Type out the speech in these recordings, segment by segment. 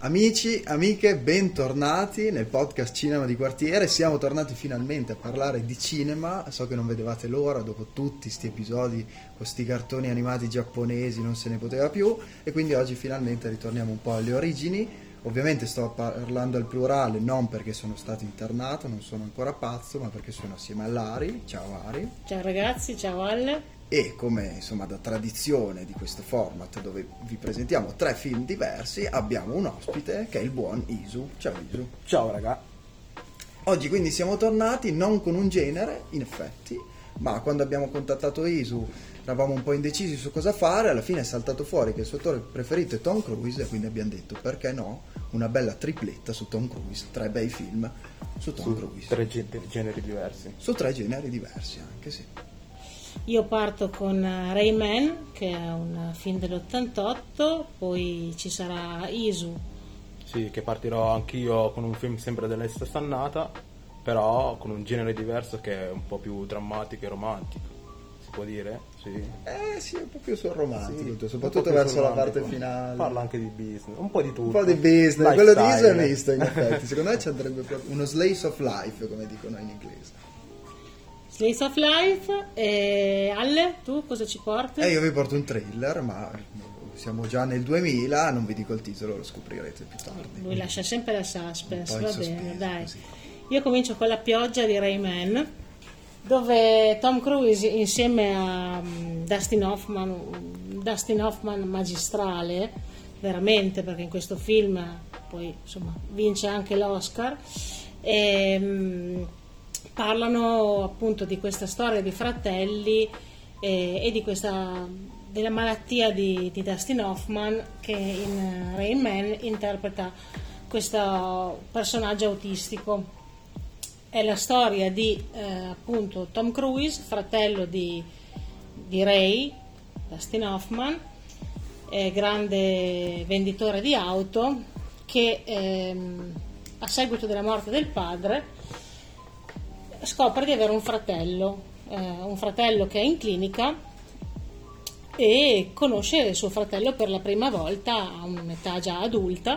Amici, amiche, bentornati nel podcast Cinema di Quartiere. Siamo tornati finalmente a parlare di cinema. So che non vedevate l'ora, dopo tutti sti episodi con sti cartoni animati giapponesi non se ne poteva più, e quindi oggi finalmente ritorniamo un po' alle origini. Ovviamente sto parlando al plurale non perché sono stato internato, non sono ancora pazzo, ma perché sono assieme all'Ari. Ciao Ari. Ciao ragazzi, ciao Alle. E come insomma da tradizione di questo format dove vi presentiamo 3 film diversi, abbiamo un ospite che è il buon Isu. Ciao Isu. Ciao raga. Oggi quindi siamo tornati non con un genere, in effetti, ma quando abbiamo contattato Isu eravamo un po' indecisi su cosa fare. Alla fine è saltato fuori che il suo attore preferito è Tom Cruise, e quindi abbiamo detto perché no, una bella tripletta su Tom Cruise, 3 bei film su Tom Cruise. 3 generi diversi. Su 3 generi diversi anche, sì. Io parto con Rayman, che è un film dell'88, poi ci sarà Isu. Sì, che partirò anch'io con un film sempre della stessa annata, però con un genere diverso che è un po' più drammatico e romantico. Si può dire? Sì. Sì, un po' più sul romantico, Sì, soprattutto un po' più verso la sul parte romantico. finale. Parla anche di business, un po' di tutto. Un po' di business, quello di Isu è Lifestyle. misto in effetti. Secondo me ci andrebbe proprio uno slice of life, come dicono in inglese. Slice of Life. E Alle, tu cosa ci porti? Io vi porto un thriller, ma siamo già nel 2000, non vi dico il titolo, lo scoprirete più tardi. Lui lascia sempre la suspense, Un po' va in bene, sospeso, dai. così. Io comincio con La pioggia di Rayman, dove Tom Cruise insieme a Dustin Hoffman magistrale, veramente, perché in questo film poi insomma vince anche l'Oscar, parlano appunto di questa storia di fratelli e di della malattia di Dustin Hoffman, che in Rain Man interpreta questo personaggio autistico. È la storia di appunto Tom Cruise, fratello di Ray, Dustin Hoffman, grande venditore di auto, che a seguito della morte del padre scopre di avere un fratello che è in clinica, e conosce suo fratello per la prima volta a un'età già adulta,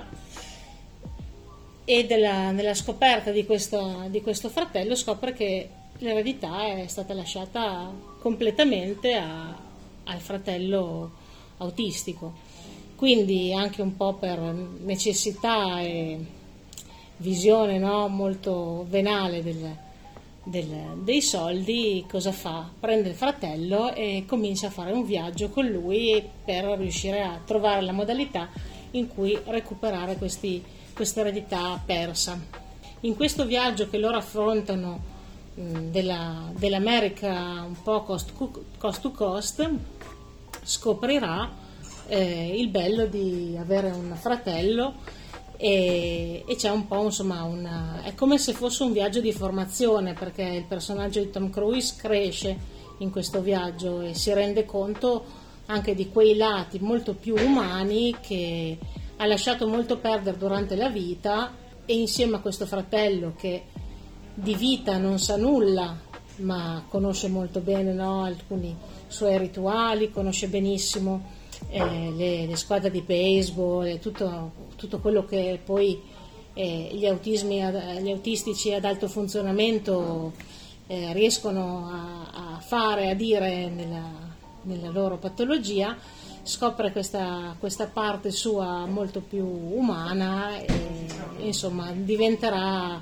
e nella scoperta di questo fratello scopre che l'eredità è stata lasciata completamente al fratello autistico. Quindi anche un po' per necessità e visione, no, molto venale dei soldi, cosa fa? Prende il fratello e comincia a fare un viaggio con lui per riuscire a trovare la modalità in cui recuperare questa eredità persa. In questo viaggio che loro affrontano dell'America un po' cost to cost, scoprirà il bello di avere un fratello, e c'è un po' insomma è come se fosse un viaggio di formazione, perché il personaggio di Tom Cruise cresce in questo viaggio e si rende conto anche di quei lati molto più umani che ha lasciato molto perdere durante la vita, e insieme a questo fratello che di vita non sa nulla ma conosce molto bene, no, alcuni suoi rituali, conosce benissimo le squadre di baseball e tutto quello che poi gli autistici ad alto funzionamento riescono a fare, a dire nella loro patologia. Scopre questa parte sua molto più umana, e insomma diventerà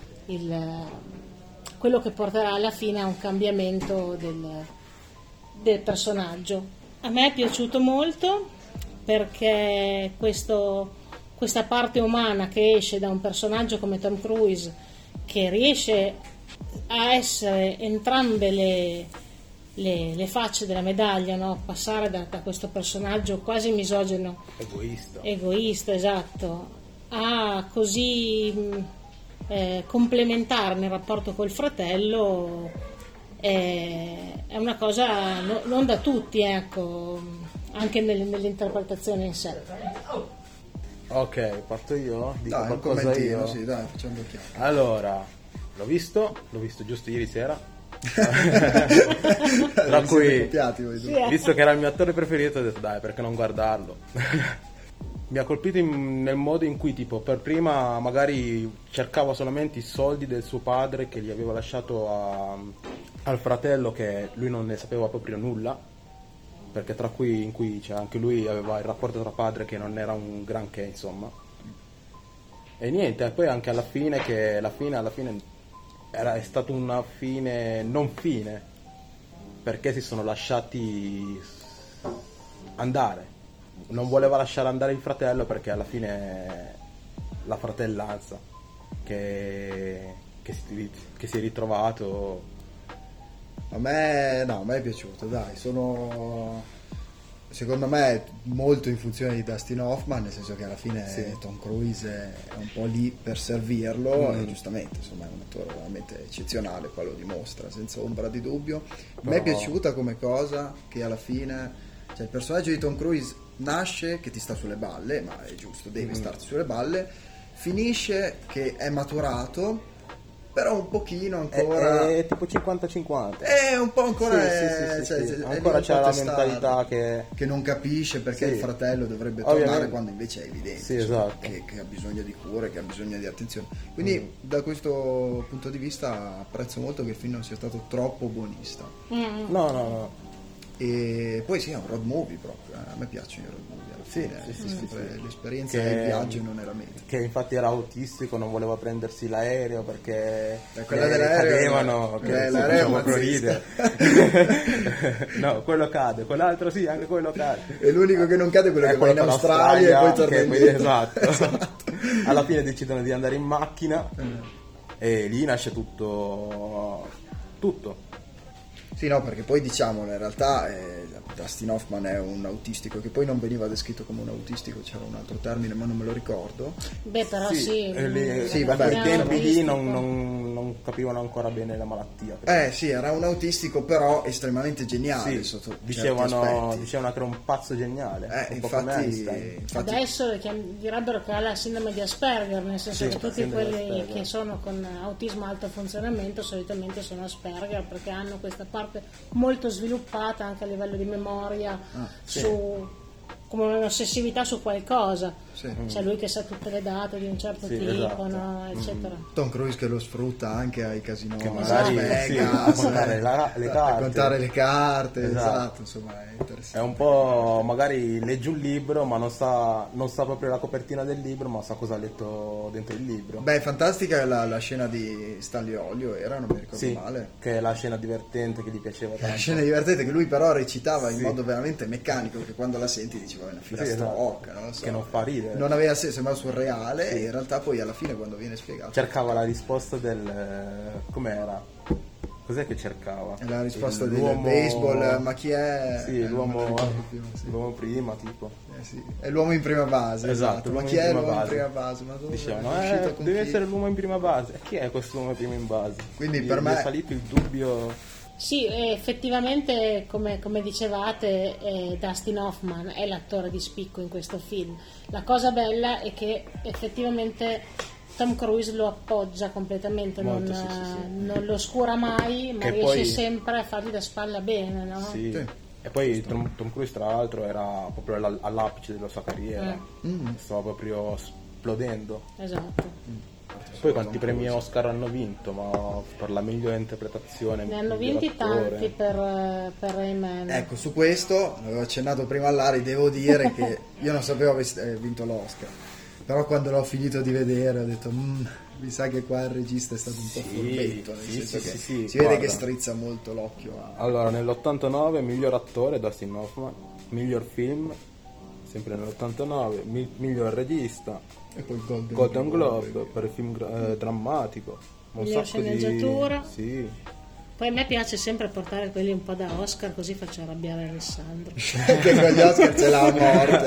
quello che porterà alla fine a un cambiamento del personaggio. A me è piaciuto molto perché questa parte umana che esce da un personaggio come Tom Cruise, che riesce a essere entrambe le facce della medaglia, no? Passare da questo personaggio quasi misogino, egoista, esatto, a così complementarne il rapporto col fratello, è una cosa non da tutti, ecco, anche nell'interpretazione in sé. Ok, parto io? Dico Dai, un qualcosa commentino, io? sì, dai, facciamo due chiacchiere. Allora, l'ho visto giusto ieri sera. Tra cui, copiati voi due. Sì. visto che era il mio attore preferito, ho detto dai, perché non guardarlo? Mi ha colpito nel modo in cui, tipo, per prima magari cercava solamente i soldi del suo padre che gli aveva lasciato al fratello, che lui non ne sapeva proprio nulla, perché tra cui in cui anche lui aveva il rapporto tra padre che non era un granché, insomma. E niente, poi anche alla fine, che alla fine è stata una fine non fine, perché si sono lasciati andare. Non voleva lasciare andare il fratello, perché alla fine la fratellanza che si è ritrovato. A me è piaciuto, dai, secondo me molto in funzione di Dustin Hoffman, nel senso che alla fine Tom Cruise è un po' lì per servirlo e giustamente, insomma, è un attore veramente eccezionale, qua lo dimostra senza ombra di dubbio. A me è piaciuta come cosa che alla fine, cioè, il personaggio di Tom Cruise nasce che ti sta sulle balle, ma è giusto, deve starti sulle balle, finisce che è maturato, però un pochino ancora è tipo 50-50, è un po' ancora ancora c'è la mentalità che non capisce perché il fratello dovrebbe tornare, quando invece è evidente esatto. che ha bisogno di cure, che ha bisogno di attenzione. Quindi da questo punto di vista apprezzo molto che il film non sia stato troppo buonista. No. E poi è un road movie proprio, a me piacciono i road movie, alla fine sempre l'esperienza del viaggio non era meglio. Che infatti era autistico, non voleva prendersi l'aereo perché quella dell'aereo cadevano, che l'aereo proprio ridere. No, quello cade, quell'altro sì, anche quello cade. E l'unico che non cade è quello che va in Australia e poi torna indietro. Esatto. Alla fine decidono di andare in macchina e lì nasce tutto. Sì, no, perché poi diciamolo, in realtà Dustin Hoffman è un autistico che poi non veniva descritto come un autistico, c'era un altro termine ma non me lo ricordo. Beh, però sì, vabbè, ai tempi lì non capivano ancora bene la malattia. Sì, era un autistico però estremamente geniale, sotto dicevano che era un pazzo geniale, infatti adesso direbbero che ha la sindrome di Asperger, nel senso che tutti quelli che sono con autismo alto funzionamento solitamente sono Asperger, perché hanno questa parte molto sviluppata anche a livello di memoria, come un'ossessività su qualcosa. C'è lui che sa tutte le date di un certo tipo, esatto. No? Eccetera. Tom Cruise che lo sfrutta anche ai casinò, che magari a contare le carte, esatto, insomma è interessante. È un po', magari legge un libro ma non sa proprio la copertina del libro, ma sa cosa ha letto dentro il libro. Beh, è fantastica la scena di Stanley Olio, non mi ricordo male, che è la scena divertente che gli piaceva tanto. La scena divertente che lui però recitava in modo veramente meccanico, che quando la senti dici è una filastrocca, non lo so, che non fa ridere, non aveva senso, sembrava surreale, e in realtà poi alla fine quando viene spiegato cercava la risposta com'era, cos'è che cercava? La risposta del baseball, ma chi è? Sì, l'uomo prima, tipo. È l'uomo in prima base. Esatto, ma chi è l'uomo in prima base? Ma dicevano, deve essere l'uomo in prima base. E chi è questo uomo prima in base? Quindi per me è salito il dubbio. Sì, effettivamente, come dicevate, Dustin Hoffman è l'attore di spicco in questo film. La cosa bella è che effettivamente Tom Cruise lo appoggia completamente, molto, non lo oscura mai, ma che riesce poi sempre a fargli da spalla bene, no? Sì. E poi Tom Cruise tra l'altro era proprio all'apice della sua carriera, stava proprio esplodendo. Esatto. Poi quanti premi Oscar hanno vinto, ma per la migliore interpretazione? Ne hanno vinti tanti per Rayman. Ecco, su questo, l'avevo accennato prima all'Ari, devo dire che io non sapevo avesse vinto l'Oscar, però quando l'ho finito di vedere ho detto mi sa che qua il regista è stato un po' furbetto, nel senso che si vede che strizza molto l'occhio Allora, nell'89 miglior attore Dustin Hoffman, miglior film sempre nell'89, miglior regista, e poi Golden Globe per il film drammatico, miglior sceneggiatura. Sì. Poi a me piace sempre portare quelli un po' da Oscar, così faccio arrabbiare Alessandro. Che con gli Oscar ce l'ha a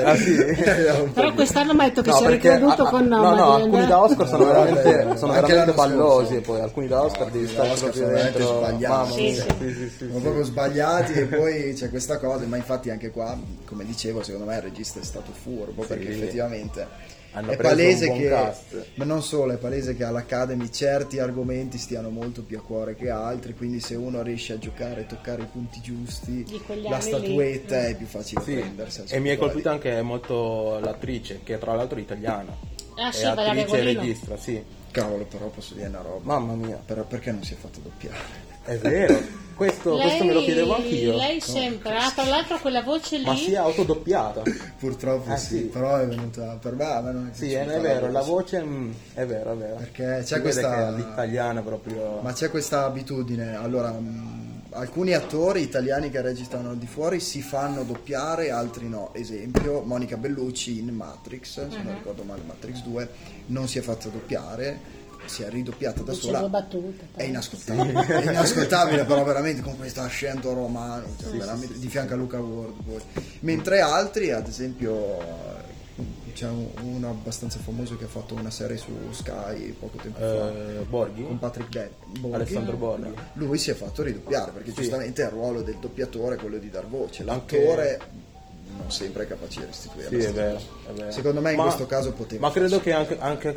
morte. Però quest'anno mi ha detto che si è ricreduto con No, alcuni da Oscar sono veramente ballosi, e poi alcuni da Oscar devi stare proprio dentro, sbagliati. Sono proprio sbagliati, e poi c'è questa cosa, ma infatti anche qua, come dicevo, secondo me il regista è stato furbo, perché effettivamente hanno è preso palese un buon che, cast. ma non solo, è palese che all'Academy certi argomenti stiano molto più a cuore che altri, quindi se uno riesce a giocare e toccare i punti giusti, Di quegli la anni statuetta lì. è più facile Sì, prendersi. e mi è colpita anche molto l'attrice, che tra l'altro è italiana. Ah sì, È Valeria attrice e Golino. regista, sì. Cavolo, però posso dire una roba. Mamma mia, Però perché non si è fatto doppiare? è vero. Questo me lo chiedevo anch'io. Lei sempre, tra l'altro quella voce lì. Ma si è autodoppiata. Purtroppo sì, sì. però è venuta per me, a me non è Sì, piaciuta è vero, la voce. voce è vero, è vero. Perché Si c'è vede questa che l'italiana proprio. Ma c'è questa abitudine, allora alcuni attori italiani che recitano al di fuori si fanno doppiare, altri no. Esempio, Monica Bellucci in Matrix, se non ricordo male Matrix 2, non si è fatta doppiare, si è ridoppiata da Dice sola. due battute. È inascoltabile, è inascoltabile però veramente con questo accento romano, cioè, veramente, di fianco a Luca Ward poi. Mentre altri, ad esempio c'è uno abbastanza famoso che ha fatto una serie su Sky poco tempo fa Borghi? con Patrick Borghi. Alessandro Borghi. Lui si è fatto ridoppiare perché Sì. giustamente il ruolo del doppiatore è quello di dar voce, l'attore non sempre è capace di restituire Sì, la è stessa vero, cosa. è vero. Secondo me in questo caso poteva Ma credo farsi. che anche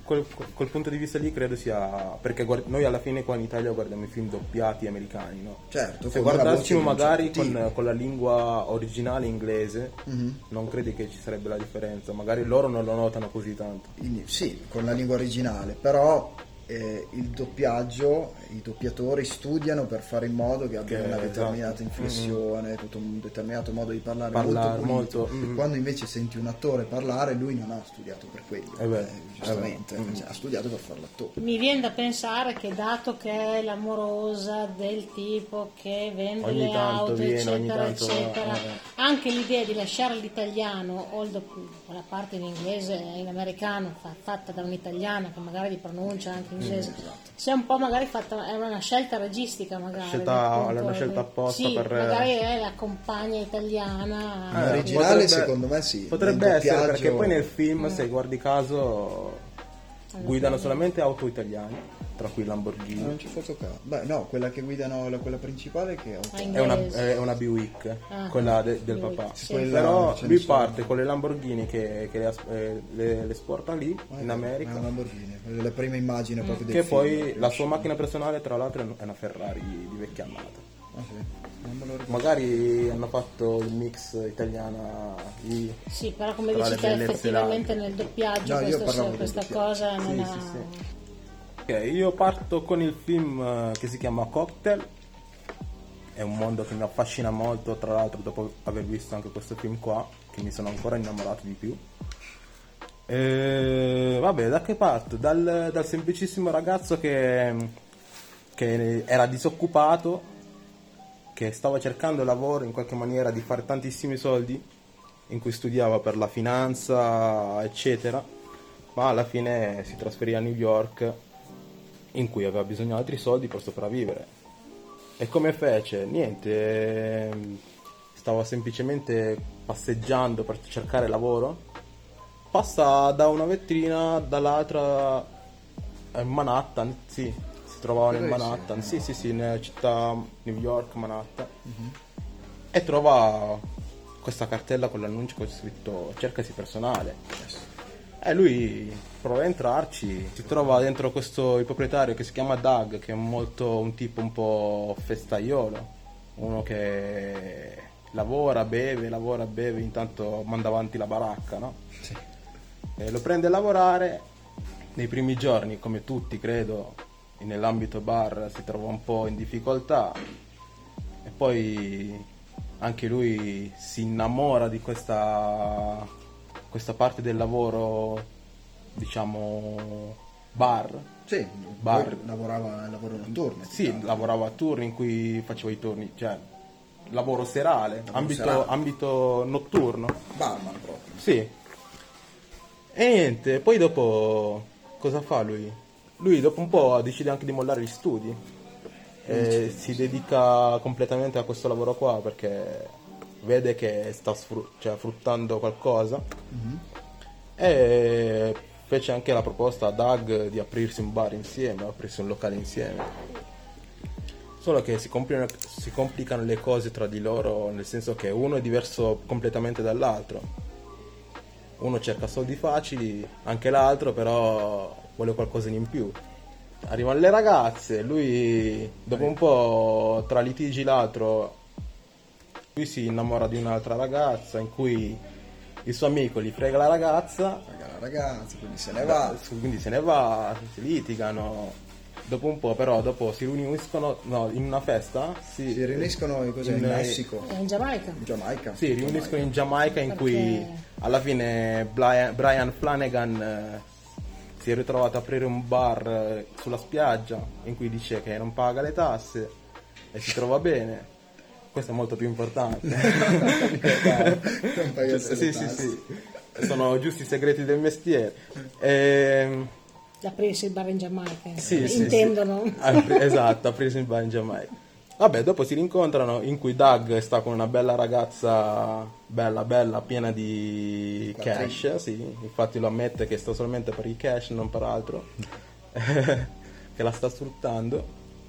col punto di vista lì credo sia perché noi alla fine qua in Italia guardiamo i film doppiati americani, no? Certo, Se con una guardassimo voce di un magari certo tipo. con la lingua originale inglese, non credi che ci sarebbe la differenza, magari loro non lo notano così tanto. Sì, con la lingua originale, però il doppiaggio, i doppiatori studiano per fare in modo che abbiano una determinata esatto. inflessione, tutto un determinato modo di parlare, Parlare molto pulito. molto, Quando invece senti un attore parlare, lui non ha studiato per quello, È vero, giustamente, cioè, ha studiato per fare l'attore. Mi viene da pensare che dato che è l'amorosa del tipo che vende Ogni le tanto auto, viene, ogni eccetera, tanto, eccetera, anche l'idea di lasciare l'italiano o la parte in inglese e in americano fatta da un'italiana che magari di pronuncia anche inglese, sia un po' magari fatta, è una scelta registica magari. L'hanno scelta apposta sì, per... magari è la compagna italiana. L'originale secondo me sì. Potrebbe nel essere doppiaggio- perché poi nel film, se guardi caso, guidano solamente auto italiane, tra cui Lamborghini. non ci faccio caso. Beh, no, quella che guidano, quella principale che Ah, È una Buick, Ah, quella del Buick, papà. sì. Quella Però ce ne lui sono. parte con le Lamborghini che le esporta lì, in È una America. Lamborghini, la prima immagine proprio del Che film. poi la sua macchina personale, tra l'altro, è una Ferrari di vecchia annata. Ah, sì. Non me lo ricordo. Magari hanno fatto il mix italiana lì. Sì, però come Tra dici le te bellezze effettivamente d'arte. nel doppiaggio No, io parlavo del questa doppiaggio. cosa non Sì, ha... sì, sì. Ok, io parto con il film che si chiama Cocktail. È un mondo che mi affascina molto, tra l'altro dopo aver visto anche questo film qua, che mi sono ancora innamorato di più. Vabbè, da che parto? Dal semplicissimo ragazzo che era disoccupato, che stava cercando lavoro in qualche maniera di fare tantissimi soldi, in cui studiava per la finanza, eccetera, ma alla fine si trasferì a New York, in cui aveva bisogno di altri soldi per sopravvivere. E come fece? Niente, stava semplicemente passeggiando per cercare lavoro, passa da una vetrina dall'altra in Manhattan, sì, si trovava nel Manhattan, sì, nella città New York, Manhattan, e trova questa cartella con l'annuncio con scritto cercasi personale. E lui prova a entrarci, si trova dentro il proprietario che si chiama Doug, che è un tipo un po' festaiolo, uno che lavora, beve, intanto manda avanti la baracca, no? Sì. E lo prende a lavorare. Nei primi giorni, come tutti credo, nell'ambito bar si trova un po' in difficoltà, e poi anche lui si innamora di questa parte del lavoro, diciamo bar. Sì, Bar. poi lavorava il lavoro notturno. Sì, diciamo. lavorava a turni in cui faceva i turni, cioè lavoro serale, serale. ambito notturno. Barman proprio. Sì. E niente, poi dopo cosa fa lui? Lui dopo un po' decide anche di mollare gli studi e si dedica completamente a questo lavoro qua, perché vede che sta fruttando qualcosa. E fece anche la proposta a Doug di aprirsi un bar insieme, aprirsi un locale insieme. Solo che si complicano le cose tra di loro, nel senso che uno è diverso completamente dall'altro. uno cerca soldi facili, anche l'altro però vuole qualcosa in più. Arrivano le ragazze, lui dopo un po', tra litigi l'altro, lui si innamora di un'altra ragazza in cui il suo amico gli frega la ragazza, quindi se ne va. Quindi se ne va, si litigano. Dopo un po', però, dopo si riuniscono, in una festa. Si riuniscono in Messico? In Giamaica. In Giamaica. Sì, riuniscono in Giamaica, in cui alla fine Brian Flanagan si è ritrovato a aprire un bar sulla spiaggia, in cui dice che non paga le tasse e si trova bene. Questo è molto più importante. Non paga le tasse. Sì. Sono giusti i segreti del mestiere. Aprirsi il bar in Giamaica, intendono. Sì. Esatto, aprirsi il bar in Giamaica. Vabbè, dopo si rincontrano, in cui Doug sta con una bella ragazza, bella, piena di cash, sì, infatti lo ammette che sta solamente per il cash, non per altro, che la sta sfruttando.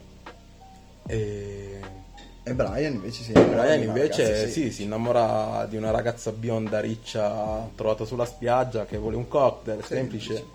E Brian invece si innamora di una ragazza bionda riccia trovata sulla spiaggia che vuole un cocktail semplice.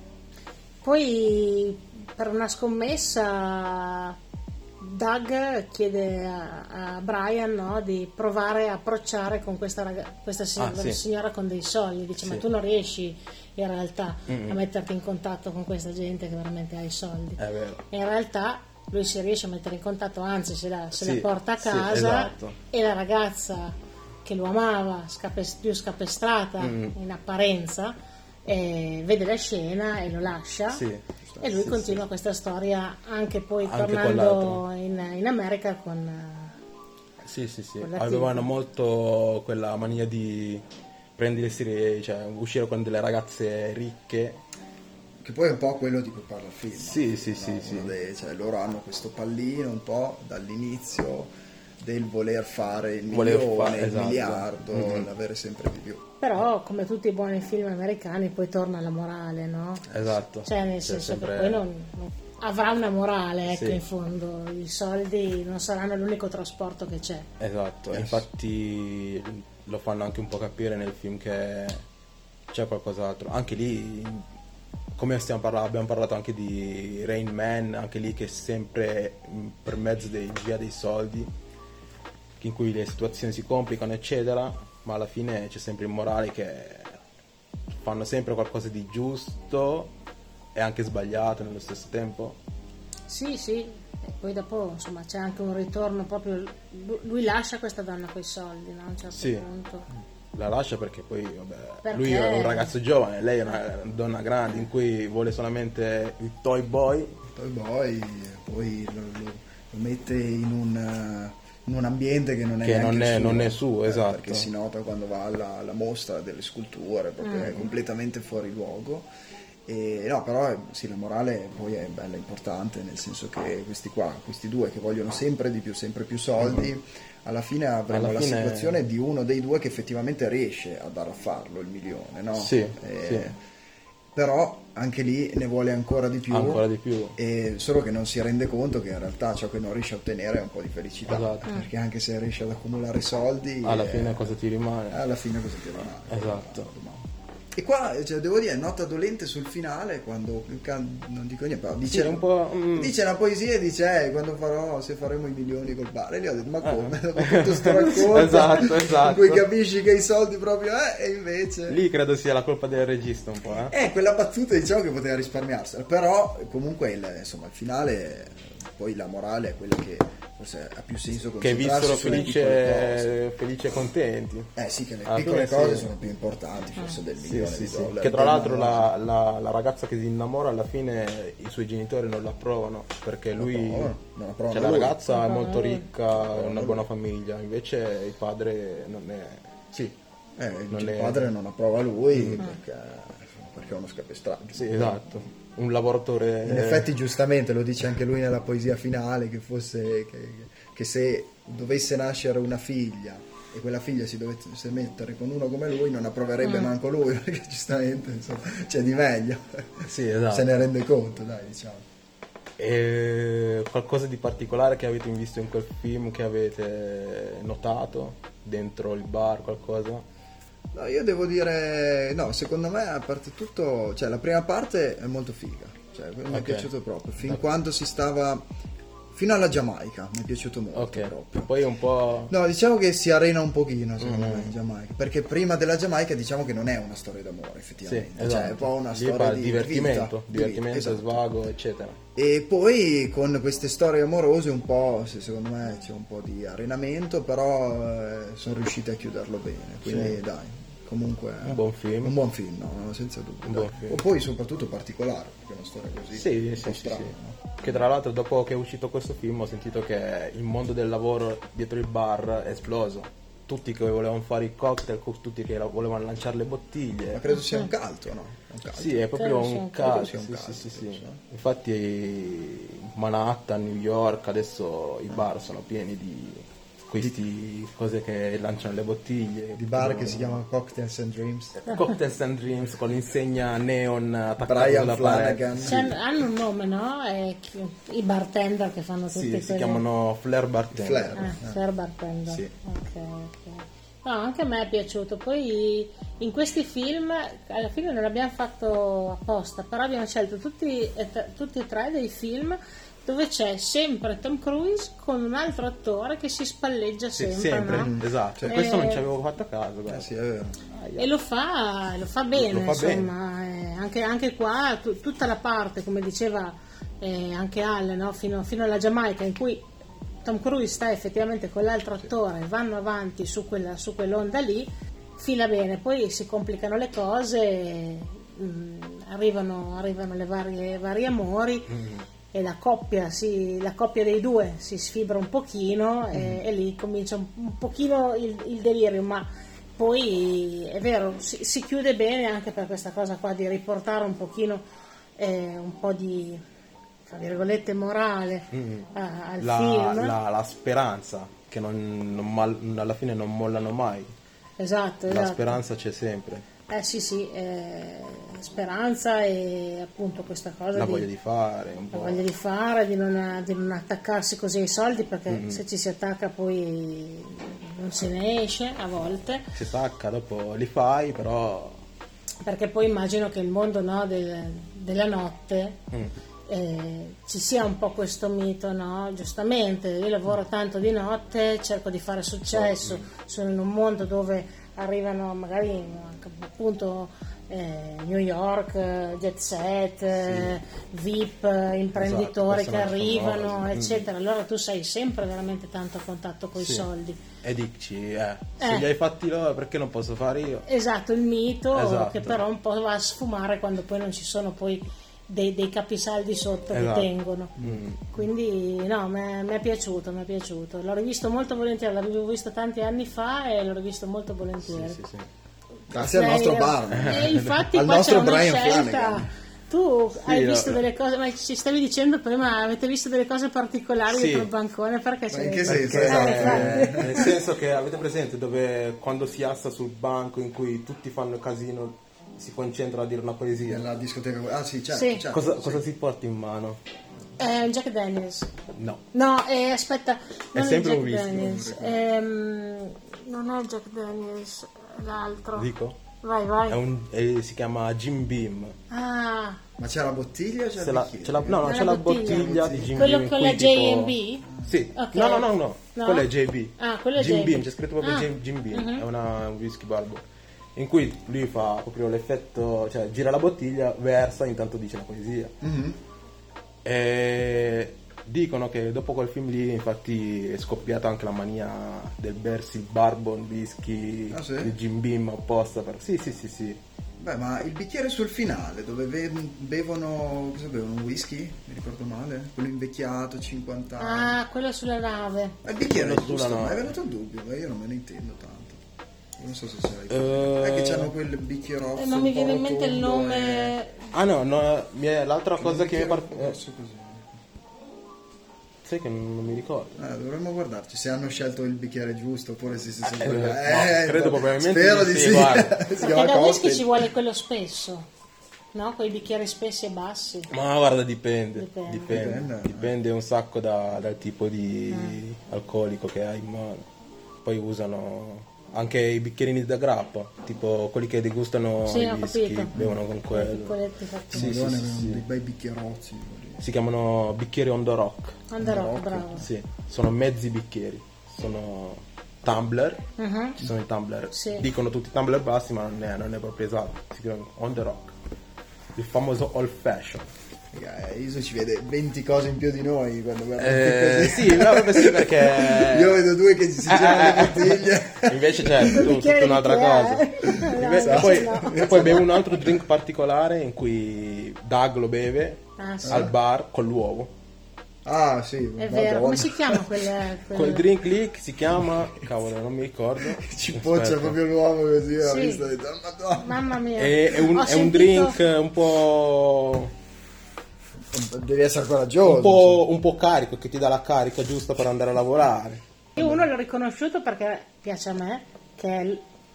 Poi per una scommessa Doug chiede a Brian, no, di provare a approcciare con questa signora con dei soldi. Dice: ma tu non riesci in realtà a metterti in contatto con questa gente che veramente ha i soldi. È vero. E in realtà lui si riesce a mettere in contatto, anzi se la porta a casa, esatto. E la ragazza che lo amava, più scapestrata in apparenza, vede la scena e lo lascia, e lui continua questa storia anche poi tornando in America con avevano molto quella mania di prendersi, cioè uscire con delle ragazze ricche, che poi è un po' quello di cui parla il film. Sì. Cioè, loro hanno questo pallino un po' dall'inizio del voler fare il milione, il miliardo, l'avere sempre di più. Però come tutti i buoni film americani poi torna la morale, no? Esatto. Cioè nel senso che poi non avrà una morale, ecco, in fondo i soldi non saranno l'unico trasporto che c'è. Esatto, infatti lo fanno anche un po' capire nel film che c'è qualcos'altro. Anche lì, come abbiamo parlato anche di Rain Man, anche lì che è sempre per mezzo via dei soldi, in cui le situazioni si complicano eccetera, ma alla fine c'è sempre il morale che fanno sempre qualcosa di giusto e anche sbagliato nello stesso tempo. Sì, e poi dopo insomma c'è anche un ritorno proprio, lui lascia questa donna coi soldi, no? A un certo punto la lascia perché poi lui è un ragazzo giovane, lei è una donna grande in cui vuole solamente il toy boy, poi lo mette in un ambiente che non è suo, esatto. Perché si nota quando va alla mostra delle sculture, proprio è completamente fuori luogo. Però sì, la morale poi è bella importante, nel senso che questi due che vogliono sempre di più, sempre più soldi, alla fine avremo la situazione di uno dei due che effettivamente riesce a dare a farlo il milione, no? Sì. Però anche lì ne vuole ancora di più, e solo che non si rende conto che in realtà ciò che non riesce a ottenere è un po' di felicità, esatto. Perché anche se riesce ad accumulare soldi alla fine cosa ti rimane? Esatto. E qua devo dire, nota dolente sul finale, quando non dico niente, però dice una poesia e dice se faremo i milioni col bar, e lì ho detto ma come, dopo tutto sto racconto esatto. in cui capisci che i soldi proprio e invece lì credo sia la colpa del regista un po', quella battuta diciamo che poteva risparmiarsela, però comunque il finale, poi la morale è quella che forse ha più senso che vissero felici e contenti. Sì, che le piccole cose sono più importanti forse del milione di dollari. Che tra l'altro la ragazza che si innamora alla fine i suoi genitori non l'approvano, perché la ragazza è molto ricca, è una buona famiglia, invece il padre non è il padre non approva lui perché è uno scapestrato. Sì, esatto. Un lavoratore. In effetti giustamente lo dice anche lui nella poesia finale, che se dovesse nascere una figlia e quella figlia si dovesse mettere con uno come lui non approverebbe manco lui, perché giustamente insomma, c'è di meglio. Sì, esatto. Se ne rende conto, dai, diciamo. E qualcosa di particolare che avete visto in quel film, che avete notato dentro il bar, qualcosa? No, io devo dire, no, secondo me a parte tutto, cioè la prima parte è molto figa, cioè mi è Ok. piaciuto proprio, fin quando si stava, fino alla Giamaica, mi è piaciuto molto Ok, proprio. poi un po'... No, diciamo che si arena un pochino secondo me in Giamaica, perché prima della Giamaica diciamo che non è una storia d'amore Sì, effettivamente, esatto. cioè è un po' una Lì storia parla di divertimento, di vita, esatto. svago, eccetera. E poi con queste storie amorose un po', secondo me c'è un po' di arenamento, però sono riusciti a chiuderlo bene, quindi Sì. dai, comunque Un buon film. un buon film, no, senza dubbio. Un dai. buon film. O poi soprattutto particolare, perché è una storia così Sì, un sì, po' sì, strana, sì. no? Che tra l'altro dopo che è uscito questo film ho sentito che il mondo del lavoro dietro il bar è esploso. Tutti che volevano fare i cocktail, tutti che volevano lanciare le Ma bottiglie. credo sia un caldo, no? Un caldo. Sì, è proprio Credo sia un un caso. sia un Sì, caso, sì, sì, penso, sì. eh. Infatti Manhattan, New York, adesso i bar sono pieni di questi cose che lanciano le bottiglie. Di bar che si chiama Cocktails and Dreams. Cocktails and Dreams con l'insegna neon attaccata Brian sulla parete. Flanagan. Cioè, hanno un nome, no? I bartender che fanno tutti Sì, quelli... si chiamano Flair Bartender. Flair. Fair bartender. Sì. Ok. No, anche a me è piaciuto. Poi in questi film, alla fine non l'abbiamo fatto apposta, però abbiamo scelto tutti e tre dei film dove c'è sempre Tom Cruise con un altro attore che si spalleggia Sì, sempre, sempre, no? esatto. Questo non ci avevo fatto caso, guarda. Sì, è vero. E lo fa bene, Lo fa insomma. Anche qua tutta la parte, come diceva anche Alle, no? fino alla Giamaica, in cui Tom Cruise sta effettivamente con l'altro attore, vanno avanti su quell'onda lì, fila bene, poi si complicano le cose, arrivano le vari amori. E la coppia dei due si sfibra un pochino e lì comincia un pochino il delirio, ma poi è vero, si chiude bene anche per questa cosa qua di riportare un pochino un po' di, tra virgolette, morale al film. La speranza, che alla fine non mollano mai. Esatto. La speranza c'è sempre. Sì, speranza e appunto questa cosa La voglia di fare, un la po'. voglia di fare, di non attaccarsi così ai soldi, perché se ci si attacca poi non se ne esce a volte, Si stacca, dopo li fai, però... perché poi immagino che il mondo, no, della notte ci sia un po' questo mito, no? Giustamente, io lavoro tanto di notte, cerco di fare successo, sono in un mondo dove arrivano magari anche, appunto New York, jet set, VIP, imprenditori Esatto, che persone arrivano, famose. eccetera. Allora tu sei sempre veramente tanto a contatto con i Sì. soldi. E dici, se li hai fatti loro, perché non posso fare io? Esatto, il mito Esatto. che però un po' va a sfumare quando poi non ci sono poi dei capisaldi sotto Esatto. che tengono. Quindi no, mi è piaciuto. L'ho rivisto molto volentieri, l'avevo visto tanti anni fa e l'ho rivisto molto volentieri. Sì. Grazie al nostro bar. E infatti Al qua nostro c'è una Brian scelta. Flanagan. Tu hai no. visto delle cose, ma ci stavi dicendo prima, avete visto delle cose particolari Sì. dietro il bancone? Perché Ma in che c'è? senso? Perché, nel senso che avete presente dove quando si alza sul banco in cui tutti fanno casino si concentrano a dire una poesia? Nella discoteca. Ah sì, certo. Sì. certo, Cosa si porta in mano? Jack Daniels. No. No, aspetta, non sempre Jack un whisky, Daniels. Non è Jack Daniels, è l'altro. Dico? Vai. Si chiama Jim Beam. Ah, Ma c'è la bottiglia o c'è il bicchiere? C'è la bottiglia di Jim quello Beam. con in la cui tipo- J&B? Sì. Ok. No. Quello è JB. Ah, quello è Jim JB. Beam, c'è scritto proprio Ah. Jim Beam. È un whisky barbo. In cui lui fa proprio l'effetto, cioè gira la bottiglia, versa, intanto dice la poesia. E dicono che dopo quel film lì infatti è scoppiata anche la mania del bersi il bourbon whisky Ah, sì? di Jim Beam apposta per... Sì. Beh, ma il bicchiere sul finale, dove bevono, cosa bevono? Un whisky? Mi ricordo male? Quello invecchiato, 50 anni. Ah, quello sulla nave. Ma il bicchiere è quello giusto, sulla ma è nave. venuto il dubbio, ma io non me ne intendo tanto. Io non so se sarai è che c'hanno quel bicchierozzo Non mi un po' viene in mente il rotondo nome. Ah no, l'altra cosa che mi pare... pare... così. sai che non mi ricordo. Dovremmo guardarci se hanno scelto il bicchiere giusto oppure se sono credo probabilmente spero di di sì, sì. guarda. Si Perché chiama da whisky cocktail. ci vuole quello spesso, no? Quei bicchieri spessi e bassi. Ma guarda, dipende Dipende. un sacco dal tipo di alcolico che hai in mano. Poi usano anche i bicchierini da grappa, tipo quelli che degustano Sì, i ho whisky, capito. bevono con quello. Piccoletti fatti. Sì, Madonna, sì, avevano sì. dei bei bicchierozzi quelli. Si chiamano bicchieri on the rock. On the rock, bravo. Sì, sono mezzi bicchieri, sono tumbler, Mhm. ci sono i tumbler, Sì. dicono tutti tumbler bassi ma non è proprio esatto, si chiamano on the rock, il famoso old fashion. Iso ci vede 20 cose in più di noi quando guarda così. Sì, no, proprio sì, perché Io vedo due che si girano le bottiglie. invece c'è tutta un'altra cosa. E poi bevo un altro drink particolare in cui Doug lo beve Ah, sì. al bar con l'uovo. Ah sì, È vero, come si chiama quel... Quel drink lì che si chiama, cavolo, non mi ricordo. ci poccia Aspetta. proprio l'uomo così, ho Sì. visto, ho detto, "Oh, Madonna". Mamma mia. È un Ho sentito- drink un po'. Devi essere coraggioso. Un po' carico, che ti dà la carica giusta per andare a lavorare. Io uno l'ho riconosciuto perché piace a me, che è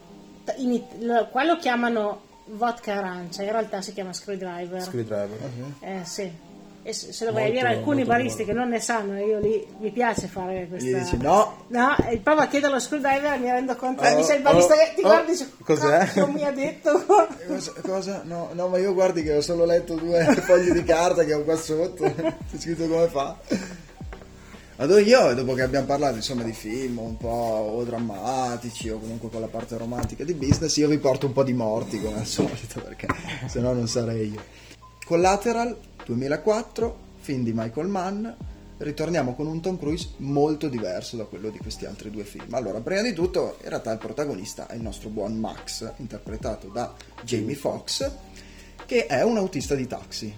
qua lo chiamano vodka arancia, in realtà si chiama screwdriver. Screwdriver. Sì. E se lo vai a Molto- dire alcuni molto baristi buono. che non ne sanno, io lì mi piace fare Gli questa... dici no, No, e provo a chiedere lo screwdriver e mi rendo conto Oh, mi sei il barista oh, che ti oh, guarda e dice cos'è? non mi ha detto. cosa? No, no, ma io guardi che ho solo letto 2 fogli di carta che ho qua sotto, c'è scritto come fa. Allora io, dopo che abbiamo parlato insomma di film un po' o drammatici o comunque con la parte romantica di business, io vi porto un po' di morti come al solito, perché se no non sarei io. Collateral 2004, film di Michael Mann. Ritorniamo con un Tom Cruise molto diverso da quello di questi altri 2 film. Allora, prima di tutto, in realtà il protagonista è il nostro buon Max, interpretato da Jamie Foxx, che è un autista di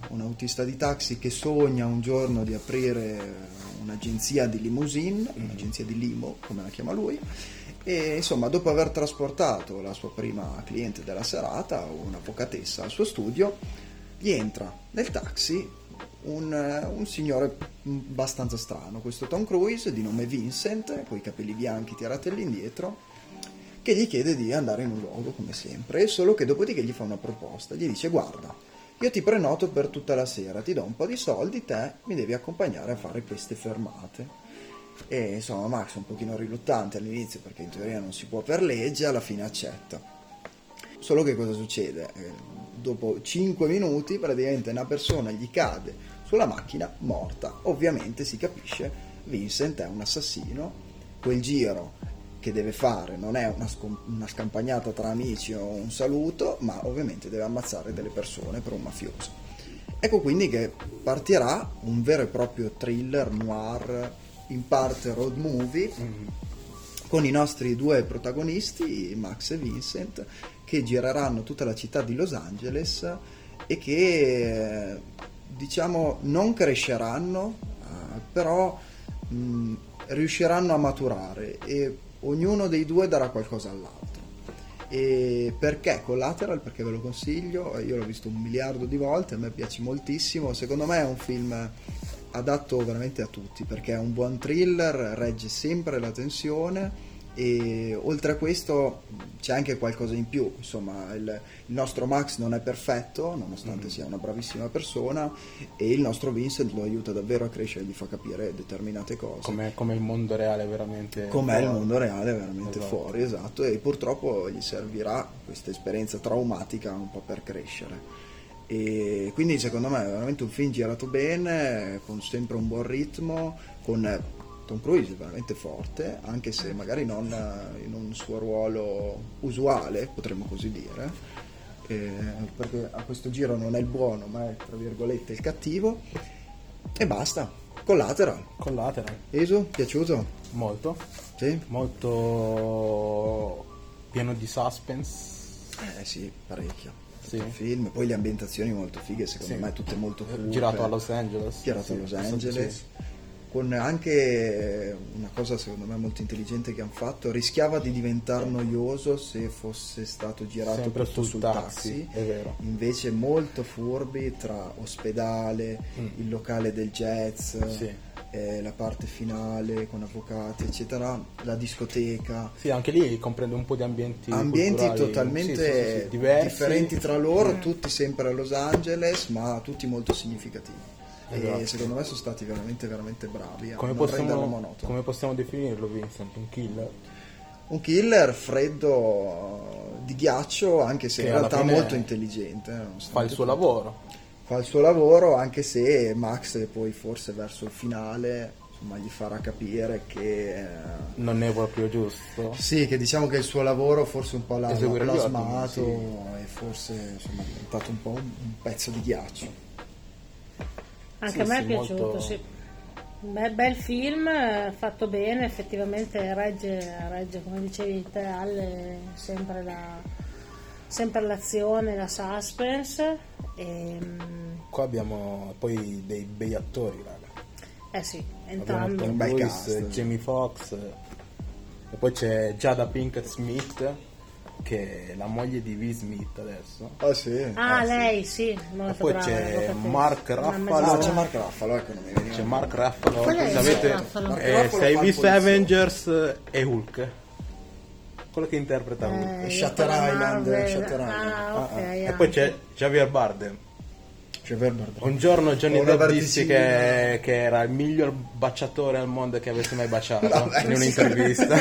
taxi che sogna un giorno di aprire un'agenzia di limousine, un'agenzia di limo, come la chiama lui, e insomma, dopo aver trasportato la sua prima cliente della serata, un'avvocatessa, al suo studio, gli entra nel taxi un signore abbastanza strano, questo Tom Cruise di nome Vincent, con i capelli bianchi tirati all'indietro, che gli chiede di andare in un luogo come sempre, solo che dopodiché gli fa una proposta, gli dice: guarda, io ti prenoto per tutta la sera, ti do un po' di soldi, te mi devi accompagnare a fare queste fermate. E insomma Max è un pochino riluttante all'inizio perché in teoria non si può per legge, alla fine accetta. Solo che cosa succede? Dopo 5 minuti praticamente una persona gli cade sulla macchina morta. Ovviamente si capisce, Vincent è un assassino, quel giro che deve fare non è una scampagnata tra amici o un saluto, ma ovviamente deve ammazzare delle persone per un mafioso. Ecco quindi che partirà un vero e proprio thriller noir, in parte road movie, con i nostri 2 protagonisti, Max e Vincent, che gireranno tutta la città di Los Angeles e che diciamo non cresceranno, però riusciranno a maturare, e ognuno dei 2 darà qualcosa all'altro. E perché Collateral? Perché ve lo consiglio, io l'ho visto 1 miliardo di volte, a me piace moltissimo, secondo me è un film adatto veramente a tutti, perché è un buon thriller, regge sempre la tensione, e oltre a questo c'è anche qualcosa in più. Insomma, il nostro Max non è perfetto nonostante sia una bravissima persona, e il nostro Vincent lo aiuta davvero a crescere, gli fa capire determinate cose, Come il mondo reale veramente com'è il fuori. mondo reale veramente Esatto. fuori, esatto, e purtroppo gli servirà questa esperienza traumatica un po' per crescere. E quindi secondo me è veramente un film girato bene, con sempre un buon ritmo, con Tom Cruise veramente forte, anche se magari non in un suo ruolo usuale, potremmo così dire, perché a questo giro non è il buono, ma è tra virgolette il cattivo. E basta. Collateral. Eso, piaciuto? Molto, Sì? molto pieno di suspense. Sì, parecchio. Sì. Il film, poi le ambientazioni molto fighe, secondo Sì. me tutte molto cupe. Girato a Los Angeles. Girato Sì, a Los sì, Angeles, sì. con anche una cosa secondo me molto intelligente che hanno fatto: rischiava di diventare noioso se fosse stato girato Sempre tutto sul taxi, è vero. invece molto furbi tra ospedale, il locale del jazz, Sì. La parte finale con avvocati eccetera, la discoteca, Sì, anche lì comprende un po' di ambienti culturali, totalmente sì, diversi. differenti tra loro, tutti sempre a Los Angeles, ma tutti molto significativi. Esatto. E secondo me sono stati veramente veramente bravi a Come non renderlo possiamo, monotono. come possiamo definirlo, Vincent? Un killer? un killer freddo di ghiaccio, anche se Che in alla realtà fine molto intelligente. Fa il suo lavoro. Fa il suo lavoro, anche se Max poi forse verso il finale insomma gli farà capire che Non è proprio giusto. sì, che diciamo che il suo lavoro forse un po' l'ha Eseguire gli plasmato ordini, e forse insomma è diventato un po' un pezzo di ghiaccio. Anche Sì, a me è sì, piaciuto, molto- sì. Bel film, fatto bene, effettivamente regge, come dicevi te, Ale, sempre l'azione, la suspense. Qua abbiamo poi dei bei attori, raga. Sì, Abbiamo entrambi. Tom bel Cruise, cast. Jamie Foxx, e poi c'è Jada Pinkett Smith, che è la moglie di Will Smith adesso. Ah sì? Ah, sì. lei, sì, molto E poi brava, c'è l'avvocatessa. Mark Una Ruffalo. Ah, mezz'ora. c'è Mark Ruffalo, ecco, non mi veniva. C'è Mark Ruffalo. Qual è Se il avete- Mark Ruffalo? Mark se Ruffalo hai fa il visto poliziotto. Avengers e Hulk, quello che interpreta Hulk. Shutter quella Island, Marvel. Shutter Island. Ah, ok. E poi c'è Javier Bardem. C'è Verbard. Un giorno Johnny Una Depp disse particina. che era il miglior baciatore al mondo che avesse mai baciato Vabbè, in un'intervista.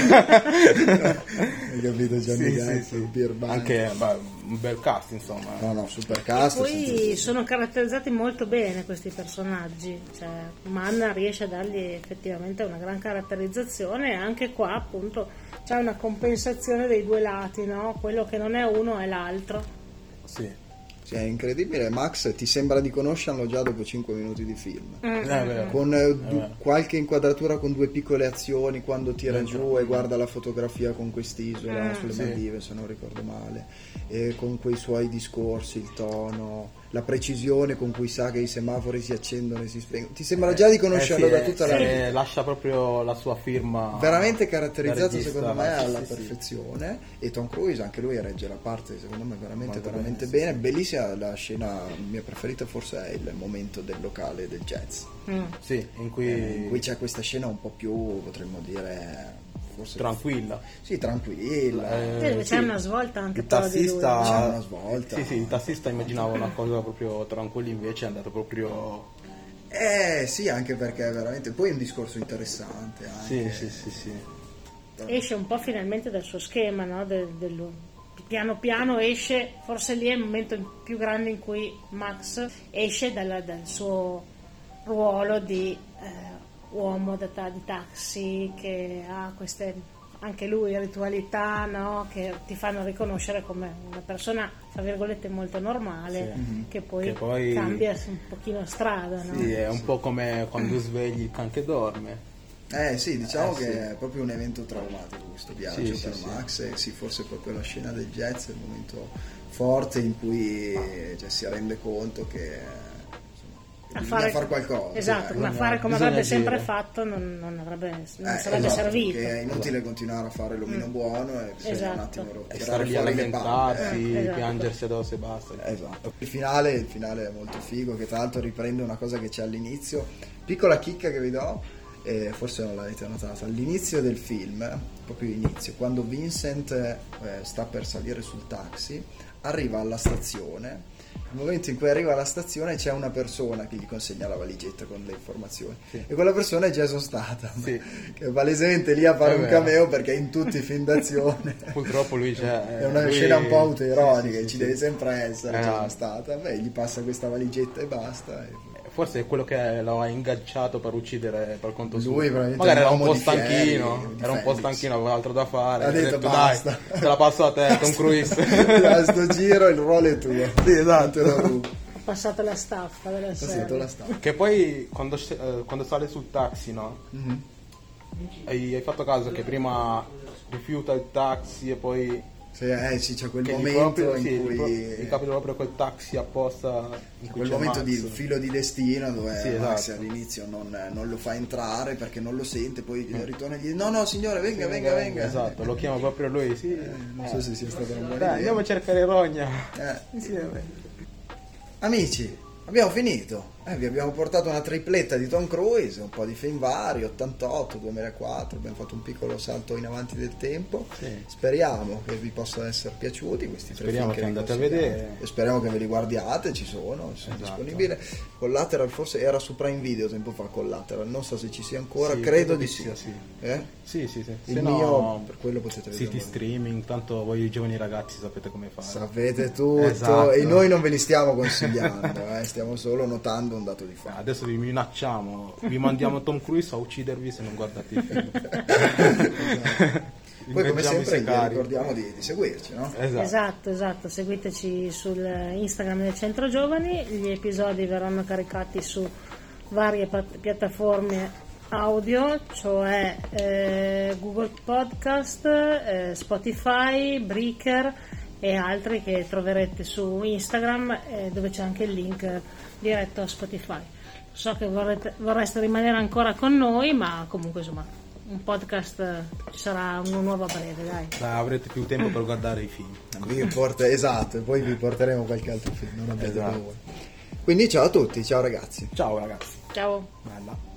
Hai capito Gianni Sì, Depp, sì. Beer Band. Anche un bel cast, insomma. No, super E cast. poi sono caratterizzati molto bene questi personaggi, cioè Mann riesce a dargli effettivamente una gran caratterizzazione e anche qua appunto c'è una compensazione dei due lati, no? Quello che non è uno è l'altro. Sì. Sì, è incredibile. Max ti sembra di conoscerlo già dopo 5 minuti di film. È vero. Con vero. qualche inquadratura con 2 piccole azioni quando tira giù e guarda la fotografia con quest'isola sulle Sì. Maldive, se non ricordo male, e con quei suoi discorsi, il tono, la precisione con cui sa che i semafori si accendono e si spengono. Ti sembra già di conoscerlo sì, da tutta la vita. lascia proprio la sua firma. Veramente da caratterizzato regista, secondo me sì, alla sì, sì. perfezione. E Tom Cruise anche lui regge la parte secondo me veramente Molto veramente bene, bene. Bellissima la scena, mia preferita forse è il momento del locale del jazz, Sì, in cui, in cui c'è questa scena un po' più, potremmo dire, forse tranquilla. sì, tranquilla. C'è sì. una svolta anche Il però di lui. tassista, C'è una svolta. Sì, il tassista immaginava una cosa proprio tranquilla, invece è andato proprio. Sì, anche perché è veramente poi è un discorso interessante anche. Sì. Esce un po' finalmente dal suo schema, no? Piano piano esce, forse lì è il momento più grande in cui Max esce dal suo ruolo di uomo di taxi che ha queste anche lui ritualità, no? Che ti fanno riconoscere come una persona tra virgolette molto normale che poi cambia un pochino strada, no? Sì, è un po' come quando svegli il can che dorme. Sì, diciamo che sì. è proprio un evento traumatico questo viaggio Sì, per sì, Max e sì, forse proprio la scena del jazz è il momento forte in cui si rende conto che bisogna fare qualcosa. Esatto, ma fare come bisogna avrebbe sempre agire. fatto non sarebbe esatto, servito. che è inutile continuare a fare l'omino buono e bisogna Esatto. un attimo E tirare stare lì a fuori le lamentarsi, palle. Esatto. piangersi addosso e basta. Esatto. Il finale è molto figo, che tra l'altro riprende una cosa che c'è all'inizio. Piccola chicca che vi do, forse non l'avete notata, all'inizio del film, proprio inizio, quando Vincent sta per salire sul taxi, arriva alla stazione. Nel momento in cui arriva alla stazione c'è una persona che gli consegna la valigetta con le informazioni e quella persona è Jason Statham, Sì. che è palesemente lì a fare È un vero. cameo perché in tutti i film d'azione Purtroppo lui c'è. è una lui- scena un po' autoironica, sì, ci sì, deve sì. sempre essere Jason Ah. Statham, gli passa questa valigetta e basta. Forse è quello che lo ha ingaggiato per uccidere per conto suo. Lui probabilmente Magari è era un un uomo po' di fieri, stanchino, di era un po' Felix. stanchino, aveva altro da fare. Ha detto, basta. Dai, te la passo a te, Tom Cruise. A sto giro il ruolo è tuo. Sì, esatto. Te lo rubo. Ho passato la staffa della Passato serie. la stampa. Che poi quando sale sul taxi, no? Mhm. Hai fatto caso che prima rifiuta il taxi e poi Sì, c'è quel che momento in cui gli capita proprio quel taxi apposta in cui quel c'è momento Max. di filo di destino dove Sì, Max esatto. all'inizio non lo fa entrare perché non lo sente, poi ritorna e gli dice no signore venga. Esatto, lo chiama proprio lui, sì. Non so se sia stata una buona Dai, idea. andiamo a cercare Rogna. Eh, Insieme. Amici, Abbiamo finito, vi abbiamo portato una tripletta di Tom Cruise, un po' di film vari, 88, 2004, abbiamo fatto un piccolo salto in avanti del tempo. Sì. Speriamo che vi possano essere piaciuti questi tre Speriamo film che vi andate a consigliamo. vedere. E speriamo che ve li guardiate, ci sono Esatto. disponibili. Collateral forse era su Prime Video tempo fa, Collateral, non so se ci sia ancora, Sì, credo di sia, sì. sì. Eh? Sì. Il Se mio, no, per quello potete vedere. siti streaming, tanto voi giovani ragazzi sapete come fare. Sapete tutto Esatto. e noi non ve li stiamo consigliando, stiamo solo notando un dato di fatto. Adesso vi minacciamo, vi mandiamo Tom Cruise a uccidervi se non guardate i film. Vi Poi come mettiamo i sempre vi sicari. ricordiamo di seguirci, no? Esatto, seguiteci sul Instagram del Centro Giovani, gli episodi verranno caricati su varie piattaforme audio, cioè Google Podcast, Spotify, Breaker e altri che troverete su Instagram, dove c'è anche il link diretto a Spotify. So che vorreste rimanere ancora con noi, ma comunque insomma un podcast ci sarà uno nuovo a breve, dai. Avrete più tempo per guardare i film. Esatto, e poi vi porteremo qualche altro film, non abbiate Esatto. paura. Quindi ciao a tutti, ciao ragazzi. Ciao ragazzi. Ciao. Bella.